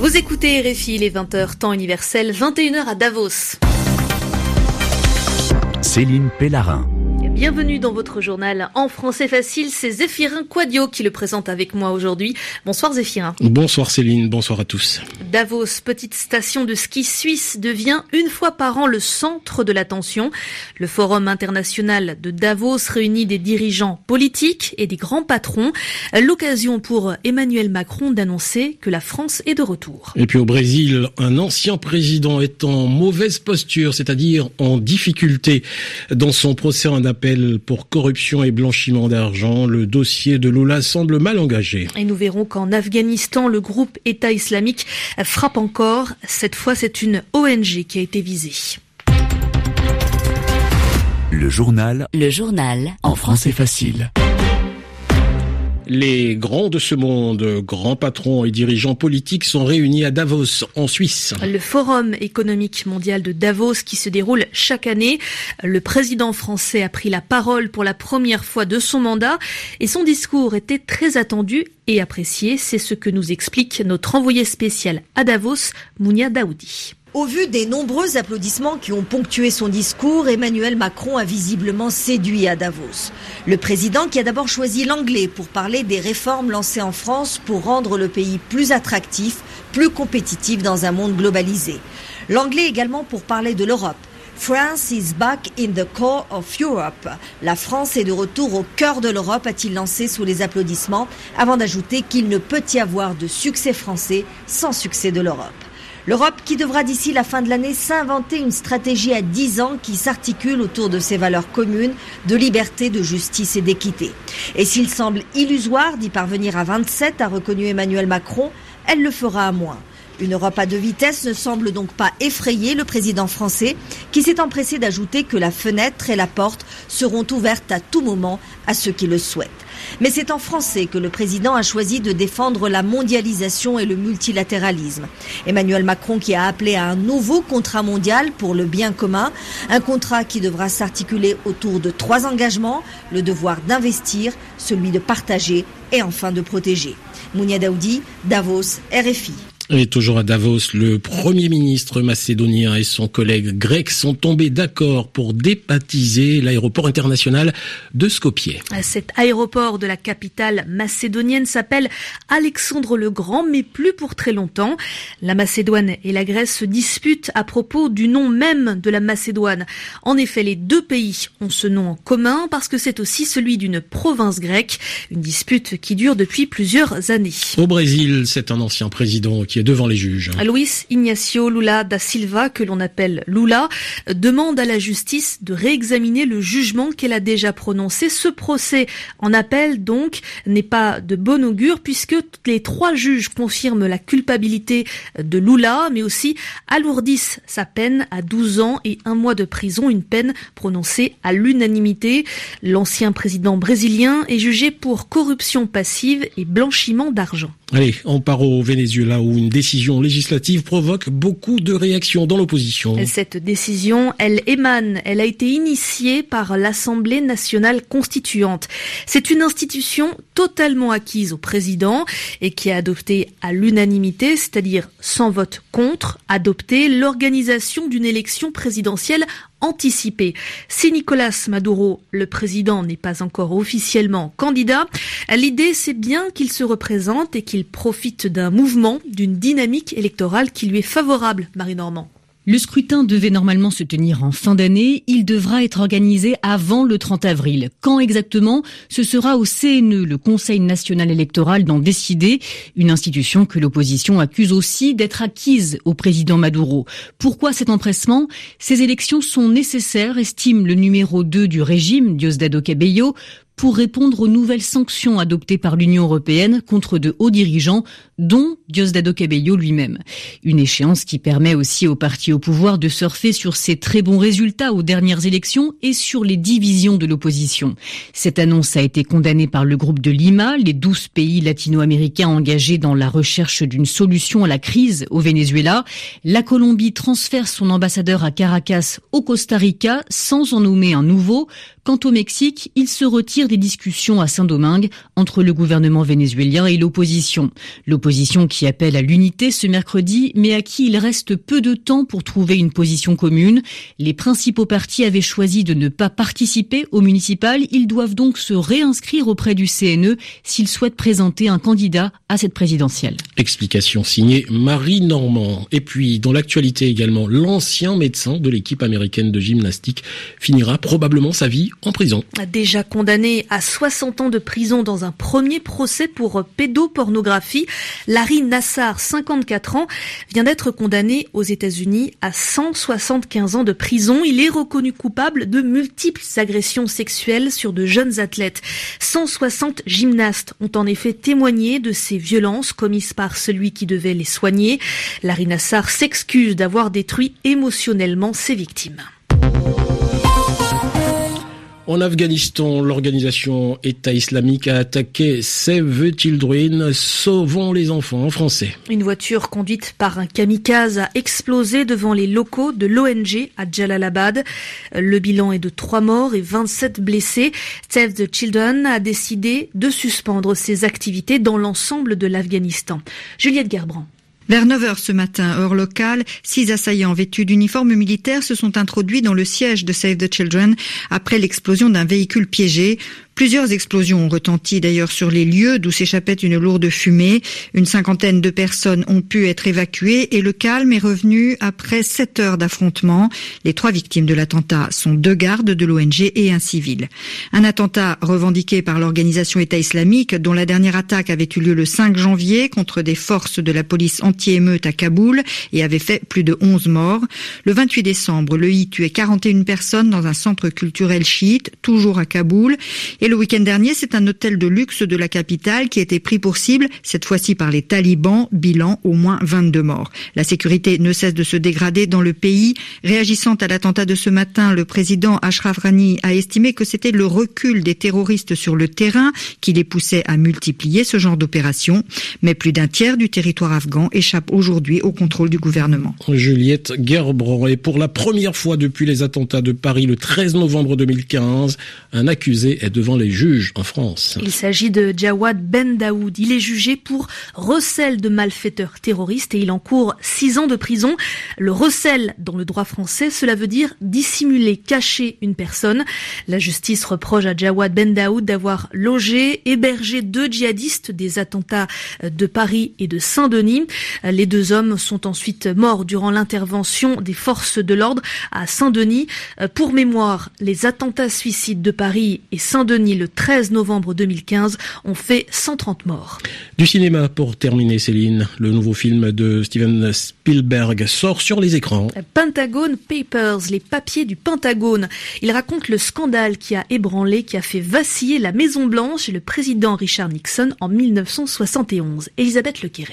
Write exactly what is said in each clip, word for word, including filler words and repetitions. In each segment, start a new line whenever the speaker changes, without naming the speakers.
Vous écoutez R F I, il est vingt heures, temps universel, vingt et une heures à Davos.
Céline Pellarin.
Bienvenue dans votre journal en français facile, c'est Zéphirin Quadio qui le présente avec moi aujourd'hui. Bonsoir Zéphirin.
Bonsoir Céline, bonsoir à tous.
Davos, petite station de ski suisse, devient une fois par an le centre de l'attention. Le Forum international de Davos réunit des dirigeants politiques et des grands patrons. L'occasion pour Emmanuel Macron d'annoncer que la France est de retour.
Et puis au Brésil, un ancien président est en mauvaise posture, c'est-à-dire en difficulté dans son procès en appel pour corruption et blanchiment d'argent. Le dossier de Lula semble mal engagé.
Et nous verrons qu'en Afghanistan, le groupe État islamique frappe encore. Cette fois, c'est une O N G qui a été visée.
Le journal.
Le journal.
En français facile.
Les grands de ce monde, grands patrons et dirigeants politiques sont réunis à Davos, en Suisse.
Le Forum économique mondial de Davos qui se déroule chaque année. Le président français a pris la parole pour la première fois de son mandat et son discours était très attendu et apprécié. C'est ce que nous explique notre envoyé spécial à Davos, Mounia Daoudi.
Au vu des nombreux applaudissements qui ont ponctué son discours, Emmanuel Macron a visiblement séduit à Davos. Le président qui a d'abord choisi l'anglais pour parler des réformes lancées en France pour rendre le pays plus attractif, plus compétitif dans un monde globalisé. L'anglais également pour parler de l'Europe. France is back in the core of Europe. La France est de retour au cœur de l'Europe, a-t-il lancé sous les applaudissements, avant d'ajouter qu'il ne peut y avoir de succès français sans succès de l'Europe. L'Europe qui devra d'ici la fin de l'année s'inventer une stratégie à dix ans qui s'articule autour de ses valeurs communes de liberté, de justice et d'équité. Et s'il semble illusoire d'y parvenir à vingt-sept, a reconnu Emmanuel Macron, elle le fera à moins. Une Europe à deux vitesses ne semble donc pas effrayer le président français qui s'est empressé d'ajouter que la fenêtre et la porte seront ouvertes à tout moment à ceux qui le souhaitent. Mais c'est en français que le président a choisi de défendre la mondialisation et le multilatéralisme. Emmanuel Macron qui a appelé à un nouveau contrat mondial pour le bien commun, un contrat qui devra s'articuler autour de trois engagements, le devoir d'investir, celui de partager et enfin de protéger. Mounia Daoudi, Davos, R F I.
Et toujours à Davos, le Premier ministre macédonien et son collègue grec sont tombés d'accord pour débaptiser l'aéroport international de Skopje.
Cet aéroport de la capitale macédonienne s'appelle Alexandre le Grand, mais plus pour très longtemps. La Macédoine et la Grèce se disputent à propos du nom même de la Macédoine. En effet, les deux pays ont ce nom en commun parce que c'est aussi celui d'une province grecque, une dispute qui dure depuis plusieurs années.
Au Brésil, c'est un ancien président qui est devant les juges.
Luis Ignacio Lula da Silva, que l'on appelle Lula, demande à la justice de réexaminer le jugement qu'elle a déjà prononcé. Ce procès en appel, donc, n'est pas de bon augure puisque les trois juges confirment la culpabilité de Lula, mais aussi alourdissent sa peine à douze ans et un mois de prison, une peine prononcée à l'unanimité. L'ancien président brésilien est jugé pour corruption passive et blanchiment d'argent.
Allez, on part au Venezuela où une décision législative provoque beaucoup de réactions dans l'opposition.
Cette décision, elle émane, elle a été initiée par l'Assemblée nationale constituante. C'est une institution totalement acquise au président et qui a adopté à l'unanimité, c'est-à-dire sans vote contre, adopté l'organisation d'une élection présidentielle anticipée. Si Nicolas Maduro, le président, n'est pas encore officiellement candidat, l'idée c'est bien qu'il se représente et qu'il profite d'un mouvement, d'une dynamique électorale qui lui est favorable, Marie Normand.
Le scrutin devait normalement se tenir en fin d'année. Il devra être organisé avant le trente avril. Quand exactement? Ce sera au C N E, le Conseil national électoral, d'en décider. Une institution que l'opposition accuse aussi d'être acquise au président Maduro. Pourquoi cet empressement? Ces élections sont nécessaires, estime le numéro deux du régime, Diosdado Cabello, pour répondre aux nouvelles sanctions adoptées par l'Union européenne contre de hauts dirigeants, dont Diosdado Cabello lui-même. Une échéance qui permet aussi aux partis au pouvoir de surfer sur ces très bons résultats aux dernières élections et sur les divisions de l'opposition. Cette annonce a été condamnée par le groupe de Lima, les douze pays latino-américains engagés dans la recherche d'une solution à la crise au Venezuela. La Colombie transfère son ambassadeur à Caracas au Costa Rica sans en nommer un nouveau. Quant au Mexique, il se retire des discussions à Saint-Domingue entre le gouvernement vénézuélien et l'opposition. L'opposition qui appelle à l'unité ce mercredi, mais à qui il reste peu de temps pour trouver une position commune. Les principaux partis avaient choisi de ne pas participer au municipal. Ils doivent donc se réinscrire auprès du C N E s'ils souhaitent présenter un candidat à cette présidentielle.
Explication signée Marie Normand. Et puis, dans l'actualité également, l'ancien médecin de l'équipe américaine de gymnastique finira probablement sa vie en prison.
Déjà condamné à soixante ans de prison dans un premier procès pour pédopornographie, Larry Nassar, cinquante-quatre ans, vient d'être condamné aux États-Unis à cent soixante-quinze ans de prison. Il est reconnu coupable de multiples agressions sexuelles sur de jeunes athlètes. cent soixante gymnastes ont en effet témoigné de ces violences commises par celui qui devait les soigner. Larry Nassar s'excuse d'avoir détruit émotionnellement ses victimes.
En Afghanistan, l'organisation État islamique a attaqué Save the Children, sauvons les enfants en français.
Une voiture conduite par un kamikaze a explosé devant les locaux de l'O N G à Jalalabad. Le bilan est de trois morts et vingt-sept blessés. Save the Children a décidé de suspendre ses activités dans l'ensemble de l'Afghanistan. Juliette Gerbrand.
Vers neuf heures ce matin, heure locale, six assaillants vêtus d'uniformes militaires se sont introduits dans le siège de Save the Children après l'explosion d'un véhicule piégé. Plusieurs explosions ont retenti d'ailleurs sur les lieux d'où s'échappait une lourde fumée. Une cinquantaine de personnes ont pu être évacuées et le calme est revenu après sept heures d'affrontement. Les trois victimes de l'attentat sont deux gardes de l'O N G et un civil. Un attentat revendiqué par l'organisation État islamique dont la dernière attaque avait eu lieu le cinq janvier contre des forces de la police anti-émeute à Kaboul et avait fait plus de onze morts. Le vingt-huit décembre, le I tuait quarante et une personnes dans un centre culturel chiite, toujours à Kaboul. Et le week-end dernier, c'est un hôtel de luxe de la capitale qui a été pris pour cible, cette fois-ci par les talibans, bilan au moins vingt-deux morts. La sécurité ne cesse de se dégrader dans le pays. Réagissant à l'attentat de ce matin, le président Ashraf Ghani a estimé que c'était le recul des terroristes sur le terrain qui les poussait à multiplier ce genre d'opérations. Mais plus d'un tiers du territoire afghan échappe aujourd'hui au contrôle du gouvernement.
Juliette Gerbrand. Et pour la première fois depuis les attentats de Paris le treize novembre deux mille quinze, un accusé est devant les juges en France.
Il s'agit de Jawad Ben Daoud. Il est jugé pour recel de malfaiteurs terroristes et il encourt six ans de prison. Le recel, dans le droit français, cela veut dire dissimuler, cacher une personne. La justice reproche à Jawad Ben Daoud d'avoir logé, hébergé deux djihadistes des attentats de Paris et de Saint-Denis. Les deux hommes sont ensuite morts durant l'intervention des forces de l'ordre à Saint-Denis. Pour mémoire, les attentats suicides de Paris et Saint-Denis le treize novembre deux mille quinze ont fait cent trente morts.
Du cinéma pour terminer, Céline. Le nouveau film de Steven Spielberg sort sur les écrans.
Pentagon Papers, les papiers du Pentagone. Il raconte le scandale qui a ébranlé, qui a fait vaciller la Maison-Blanche et le président Richard Nixon en mille neuf cent soixante et onze. Elisabeth Lequéré.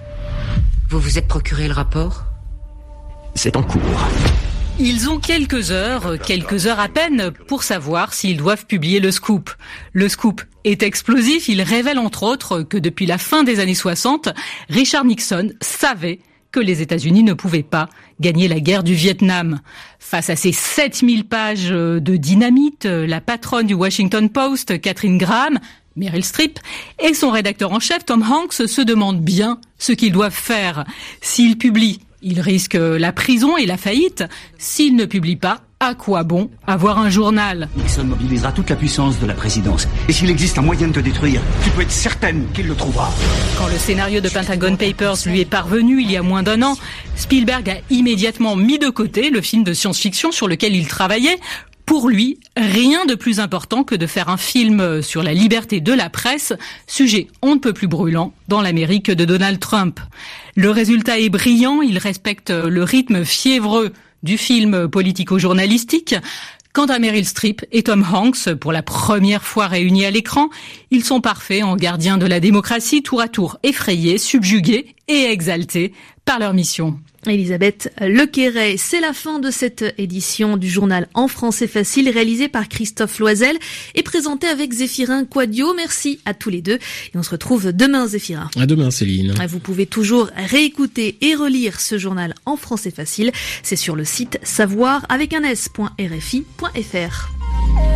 Vous vous êtes procuré le rapport ?
C'est en cours.
Ils ont quelques heures, quelques heures à peine, pour savoir s'ils doivent publier le scoop. Le scoop est explosif, il révèle entre autres que depuis la fin des années soixante, Richard Nixon savait que les États-Unis ne pouvaient pas gagner la guerre du Vietnam. Face à ces sept mille pages de dynamite, la patronne du Washington Post, Catherine Graham, Meryl Streep, et son rédacteur en chef, Tom Hanks, se demandent bien ce qu'ils doivent faire. S'ils publient, ils risquent la prison et la faillite. S'ils ne publient pas, à quoi bon avoir un journal ?
Nixon mobilisera toute la puissance de la présidence. Et s'il existe un moyen de te détruire, tu peux être certaine qu'il le trouvera.
Quand le scénario de Pentagon Papers lui est parvenu il y a moins d'un an, Spielberg a immédiatement mis de côté le film de science-fiction sur lequel il travaillait. Pour lui, rien de plus important que de faire un film sur la liberté de la presse, sujet on ne peut plus brûlant dans l'Amérique de Donald Trump. Le résultat est brillant, il respecte le rythme fiévreux du film politico-journalistique. Quant à Meryl Streep et Tom Hanks, pour la première fois réunis à l'écran, ils sont parfaits en gardiens de la démocratie, tour à tour effrayés, subjugués et exaltés par leur mission.
Elisabeth Lequéré, c'est la fin de cette édition du journal En français facile, réalisé par Christophe Loisel et présenté avec Zéphirin Quadio. Merci à tous les deux et on se retrouve demain, Zéphirin.
À demain, Céline.
Vous pouvez toujours réécouter et relire ce journal En français facile. C'est sur le site savoir avec un s point r f i point f r.